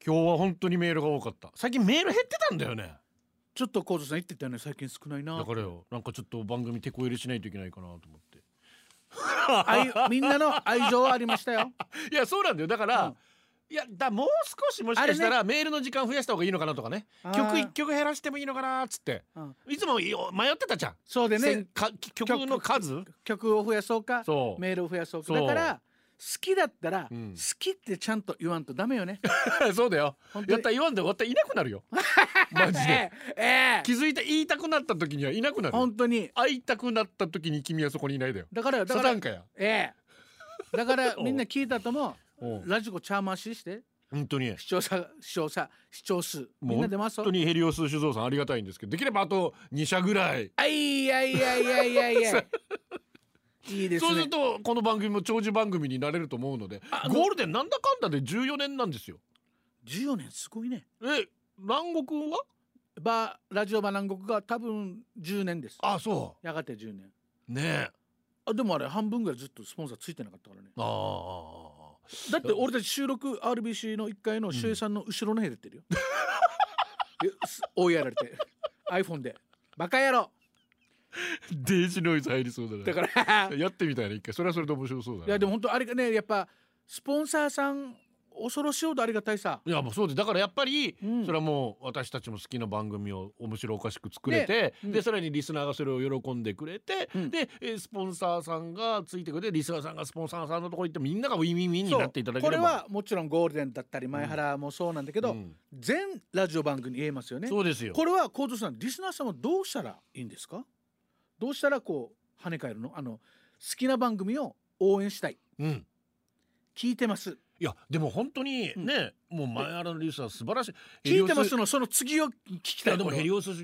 今日は本当にメールが多かった。最近メール減ってたんだよね。 ちょっとコウゾさん言ってたよね、最近少ないな。 だからよ、なんかちょっと番組手こ入れしないといけないかなと思って。 みんなの愛情はありましたよ。 いやそうなんだよ。だから、いやもう少しもしかしたら、メールの時間増やした方がいいのかなとかね、曲1曲減らしてもいいのかなっつって、いつも迷ってたじゃん。 そうでね、 曲の数、 曲を増やそうかメールを増やそうか。だから好きだったら、好きってちゃんと言わんとダメよね。 そうだよ。やったら言わんで終わったらいなくなるよ。マジで。気づいて言いたくなった時にはいなくなる。 本当に会いたくなった時に君はそこにいないだよ。 だからサタンかや。 だからみんな聞いたともラジコチャーマーシして本当に視聴数みんな出ますよ。 本当にヘリオス酒造さんありがたいんですけど、できればあと2社ぐらい。 いやいいですね。 そうするとこの番組も長寿番組になれると思うので、ゴールデンなんだかんだで14年なんですよ。 14年すごいね。 南国はラジオ南国が多分10年です。 あ、そう。 やがて10年ねえ。でもあれ半分ぐらいずっとスポンサーついてなかったからね。だって俺たち収録 RBC の1階の周平さんの後ろの部屋でってるよ。追いやられてiPhone でバカ野郎デージノイズ入りそうだね。 だからやってみたいな一回。それはそれで面白そうだね。 いやでも本当あれがね、やっぱスポンサーさん恐ろしいほどありがたいさ。 いやもうそうで、だからやっぱり、それはもう私たちも好きな番組を面白おかしく作れて、でさらにリスナーがそれを喜んでくれて、でスポンサーさんがついてくれて、リスナーさんがスポンサーさんのところ行ってみんながウィンウィンウィンになっていただければ。 これはもちろんゴールデンだったり前原もそうなんだけど、全ラジオ番組に言えますよね。 そうですよ。これはコウゾさん、リスナーさんはどうしたらいいんですか？どうしたらこう跳ね返るの？好きな番組を応援したい、聞いてます。 いやでも本当にね、もう前原のリスナー素晴らしい。 聞いてますのその次を聞きたい。 でもヘリオス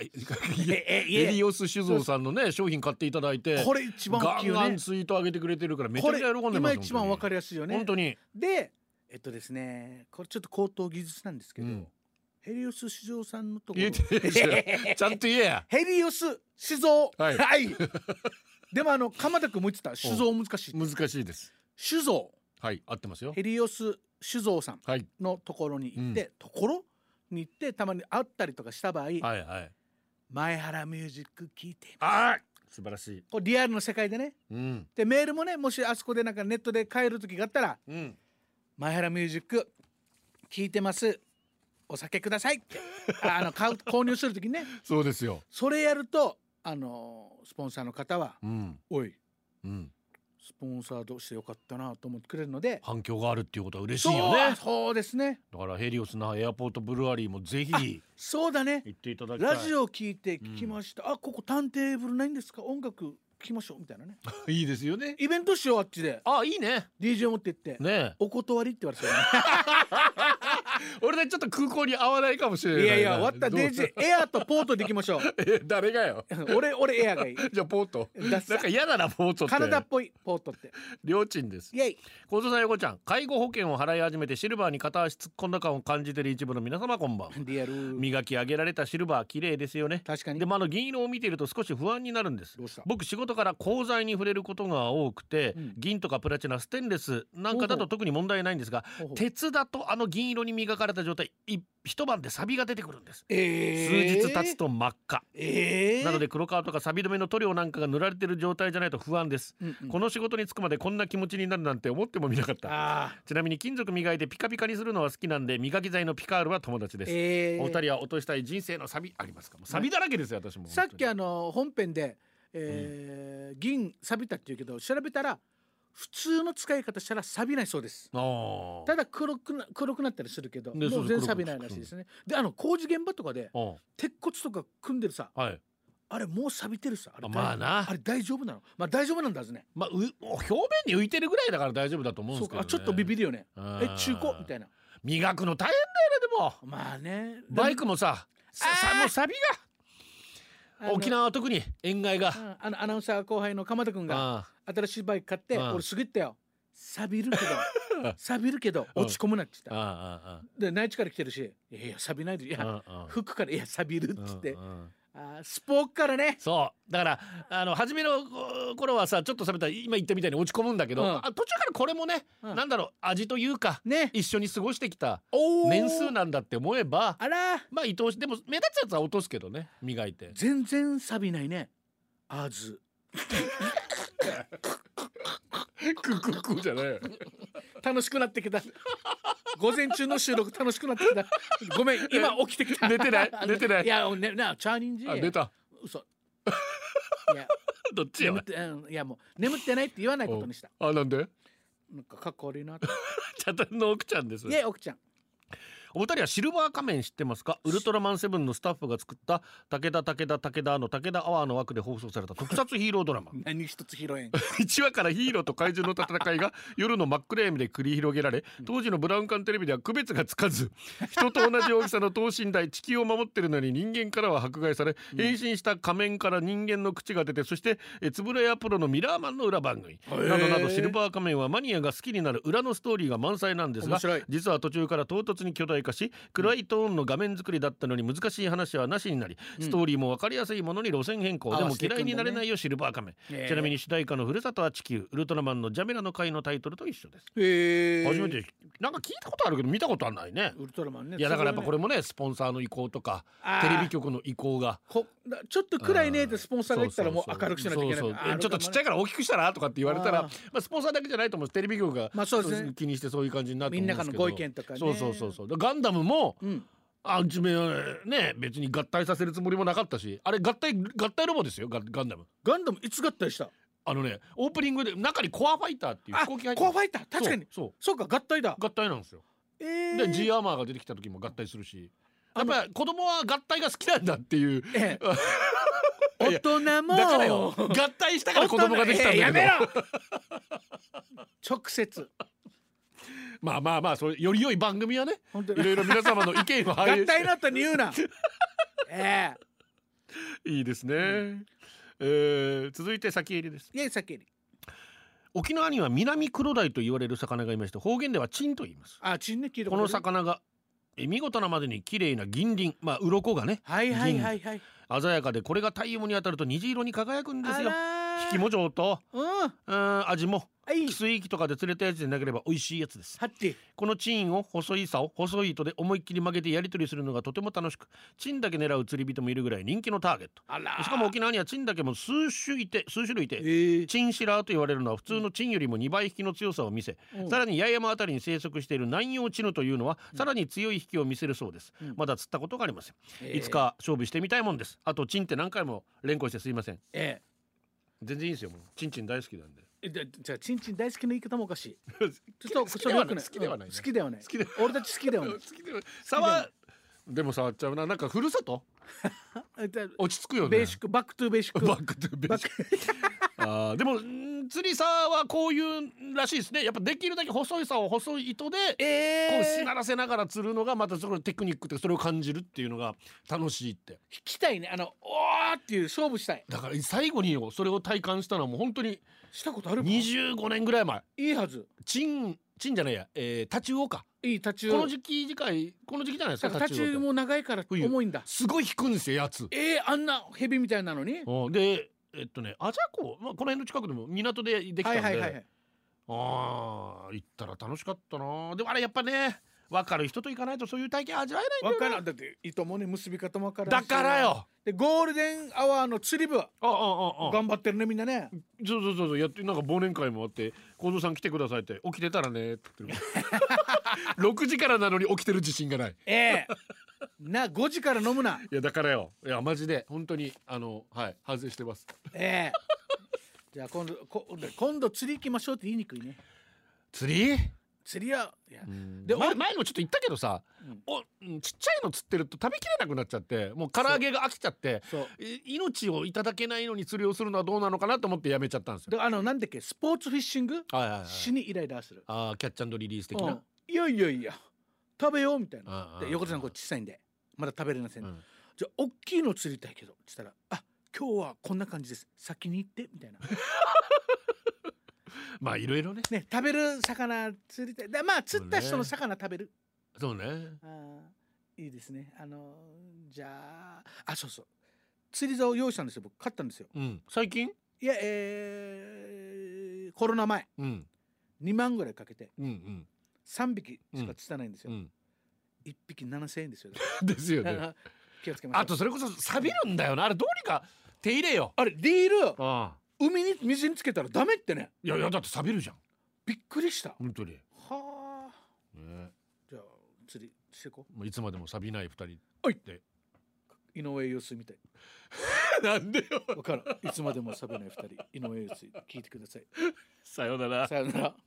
酒造さんのね商品買っていただいて、 これ一番大きいよね。 ガンガンツイート上げてくれてるからめちゃくちゃ喜んでます。 今一番わかりやすいよね。 本当に。 でですね、これちょっと高等技術なんですけど、ヘリオス酒造さんのところちゃんと言えや。 ヘリオス酒造、はいでも鎌田君も言ってた、酒造難しい。 難しいです。 酒造、 はい合ってますよ。 ヘリオス酒造さんのところに行って、たまに会ったりとかした場合、前原ミュージック聞いてます。 素晴らしい。 これリアルの世界でね、でメールもね、もしあそこでなんかネットで買える時があったら、前原ミュージック聞いてます、お酒くださいって購入するときにね。 そうですよ。 それやるとスポンサーの方は、おい、スポンサーとしてよかったなと思ってくれるので、 反響があるっていうことは嬉しいよね。 そうですね。 だからヘリオスのエアポートブルワリーもぜひそうだね、 行っていただきたい。 ラジオ聞いて聞きました、ここターンテーブルないんですか、音楽聞きましょうみたいなね。 いいですよね。 イベントしよう、あっちで。 いいね。 DJ 持って行ってね、 お断りって言われてたよね。 俺ねちょっと空港に合わないかもしれない。 いやいや、終わった DJ エアとポートで行きましょう。 誰がよ。 俺エアがいい。 じゃあポートなんか嫌だな、ポートって。 カナダっぽいポートって。 両親です。 イエイ。 小僧さん、横ちゃん、介護保険を払い始めてシルバーに片足突っ込んだ感を感じている一部の皆様、こんばん。 リアル。 磨き上げられたシルバー綺麗ですよね。 確かに。 でも銀色を見ていると少し不安になるんです。 どうした？ 僕仕事から鋼材に触れることが多くて、銀とかプラチナ、ステンレスなんかだと特に問題ないんですが、鉄だと銀色に磨かれた状態、一晩で錆が出てくるんです。数日経つと真っ赤、なので黒革とか錆止めの塗料なんかが塗られてる状態じゃないと不安です。この仕事に就くまでこんな気持ちになるなんて思ってもみなかった。ちなみに金属磨いてピカピカにするのは好きなんで、磨き剤のピカールは友達です。お二人は落としたい人生の錆ありますか？錆だらけですよ、私も。 さっき本編で、銀錆びたって言うけど、調べたら普通の使い方したら錆びないそうです。ただ黒くなったりするけど、もう全然錆びないらしいですね。で工事現場とかで鉄骨とか組んでるさ、あれもう錆びてるさ、あれ大丈夫なの？まあ大丈夫なんだぜね。 表面に浮いてるぐらいだから大丈夫だと思うんですけどね。 ちょっとビビるよね。中古みたいな。 磨くの大変だよね。でもまあね、 バイクもさもう錆びが、沖縄は特に塩害が、 アナウンサー後輩の鎌田君が新しいバイク買って、俺すぐ言ったよ、錆びるけど落ち込むなって言った。で内地から来てるし、いや錆びないで、いや服からいや錆びるって言って、 スポークからね。 そうだから初めの頃はさちょっと冷めたら今言ったみたいに落ち込むんだけど、途中からこれもね、なんだろう味というか、ね、一緒に過ごしてきた年数なんだって思えば、まあ愛おしい。でも目立つやつは落とすけどね、磨いて。 全然錆びないね。 クククじゃない楽しくなってきた。午前中の収録楽しくなってきた。ごめん今起きてきた。 寝てないいやねなチャーニンジ出た。 嘘。いやどっちや。 いやもう眠ってないって言わないことにした。 なんで？ なんかかっこ悪いな。 チャタンの奥ちゃんです。 いや奥ちゃん。 お二人はシルバー仮面知ってますか？ウルトラマンセブンのスタッフが作った武田の武田アワーの枠で放送された特撮ヒーロードラマ。 何一つ拾えん。 1話からヒーローと怪獣の戦いが夜の真っ暗闇で繰り広げられ、当時のブラウン管テレビでは区別がつかず、人と同じ大きさの等身大地球を守ってるのに人間からは迫害され、変身した仮面から人間の口が出て、そして円谷プロのミラーマンの裏番組などなど、シルバー仮面はマニアが好きになる裏のストーリーが満載なんですが、実は途中から唐突に巨大化し、暗いトーンの画面作りだったのに難しい話はなしになり、ストーリーも分かりやすいものに路線変更。でも嫌いになれないよシルバー仮面。ちなみに主題歌のふるさとは地球、ウルトラマンのジャメラの会のタイトルと一緒です。初めてなんか聞いたことあるけど見たことはないね、 ウルトラマンね。 いやだからやっぱこれもね、スポンサーの意向とかテレビ局の意向がちょっと暗いねってスポンサーが言ったらもう明るくしなきゃいけない。 ちょっとちっちゃいから大きくしたらとかって言われたら、スポンサーだけじゃないと思う。テレビ局が気にしてそういう感じになって、 みんなのご意見とかね。 そうガンダムも初めはね別に合体させるつもりもなかったし、あれ合体ロボですよ。ガンダムいつ合体した？ オープニングで中にコアファイターっていう飛行機入ってる。 コアファイター確かにそうか合体なんですよ。で G アーマーが出てきた時も合体するし、やっぱり子供は合体が好きなんだっていう、 大人もだからよ、合体したから子供ができたんだけど、 やめろ直接まあそうより良い番組はね、いろいろ皆様の意見を反映して合体の後に言うな。 いいですね、続いて先入りです。 先入り。 沖縄には南黒鯛と言われる魚がいまして、方言ではチンと言います。 チンね、 この魚が見事なまでに綺麗な銀鱗、鱗がね、鮮やかで、これが太陽に当たると虹色に輝くんですよ。引きも上等、味も汽水域とかで釣れたやつでなければ美味しいやつです。このチンを細い竿、細い糸で思いっきり曲げてやり取りするのがとても楽しく、チンだけ狙う釣り人もいるぐらい人気のターゲット。しかも沖縄にはチンだけも数種類いて、チンシラーと言われるのは普通のチンよりも2倍引きの強さを見せ、さらに八重山あたりに生息している南洋チヌというのはさらに強い引きを見せるそうです。まだ釣ったことがありません。いつか勝負してみたいもんです。あとチンって何回も連呼してすいません。全然いいですよ。もうチンチン大好きなんで。 じゃあチンチン大好きの言い方もおかしい。 ちょっと好きではない。好きではない。 俺たち好きではない。 でも触っちゃうな。なんかふるさと落ち着くよね。 ベーシック、バックトゥベーシック。 でも釣り竿はこういうらしいですね。やっぱできるだけ細い竿を細い糸でこうしならせながら釣るのがまたそのテクニックって、それを感じるっていうのが楽しいって。 引きたいね。おーっていう勝負したい。 だから最後にそれを体感したのはもう本当にしたことある 25年ぐらい前。 いいはず。 チンじゃないや、タチウオか。 タチウオ。 この時期じゃないですか。 タチウオも長いから重いんだ。 すごい引くんですよやつ。 あんなヘビみたいなのに。 でアジャコ、この辺の近くでも港でできたんで、行ったら楽しかったな。でもあれやっぱね、分かる人と行かないとそういう体験味わえないんだよな。 だって糸もね結び方も分からない。だからよ。 でゴールデンアワーの釣り部頑張ってるねみんなね。 そうやって、なんか忘年会もあって「幸三さん来てください」って「起きてたらね」って言ってる6時からなのに起きてる自信がない。 5時から飲むな。 いやだからよ、いやマジで本当に反省してます。 じゃあ今度釣り行きましょうって言いにくいね。 釣りはで前もちょっと言ったけどさ、ちっちゃいの釣ってると食べきれなくなっちゃって、もう唐揚げが飽きちゃって、命をいただけないのに釣りをするのはどうなのかなと思ってやめちゃったんですよ。 なんだっけ、スポーツフィッシング死にイライラする。 キャッチ&リリース的な。 いや食べようみたいな。で横田さんこう小さいんでまだ食べれません。じゃあ大きいの釣りたいけどつったら今日はこんな感じです、先に行ってみたいな。 まあいろいろね。 食べる魚釣りたい。で釣った人の魚食べる。 そうね。 いいですね。じゃあそう釣り竿を用意したんですよ。僕買ったんですよ。 最近？ いや、コロナ前、2万ぐらいかけて、3匹しか釣らないんですよ。1匹7000円ですよ。 ですよね。 気をつけましょう。 あとそれこそ錆びるんだよな、あれどうにか手入れよ。 あれリール海に水につけたらダメってね。 いやいや、だって錆びるじゃん。 びっくりした本当に。 はあ、ね、じゃあ釣りしてこう。いつまでも錆びない2人って井上陽水みたいなんでよ。 わからん。いつまでも錆びない2人、井上陽水、聞いてください。 さよなら。 さよなら。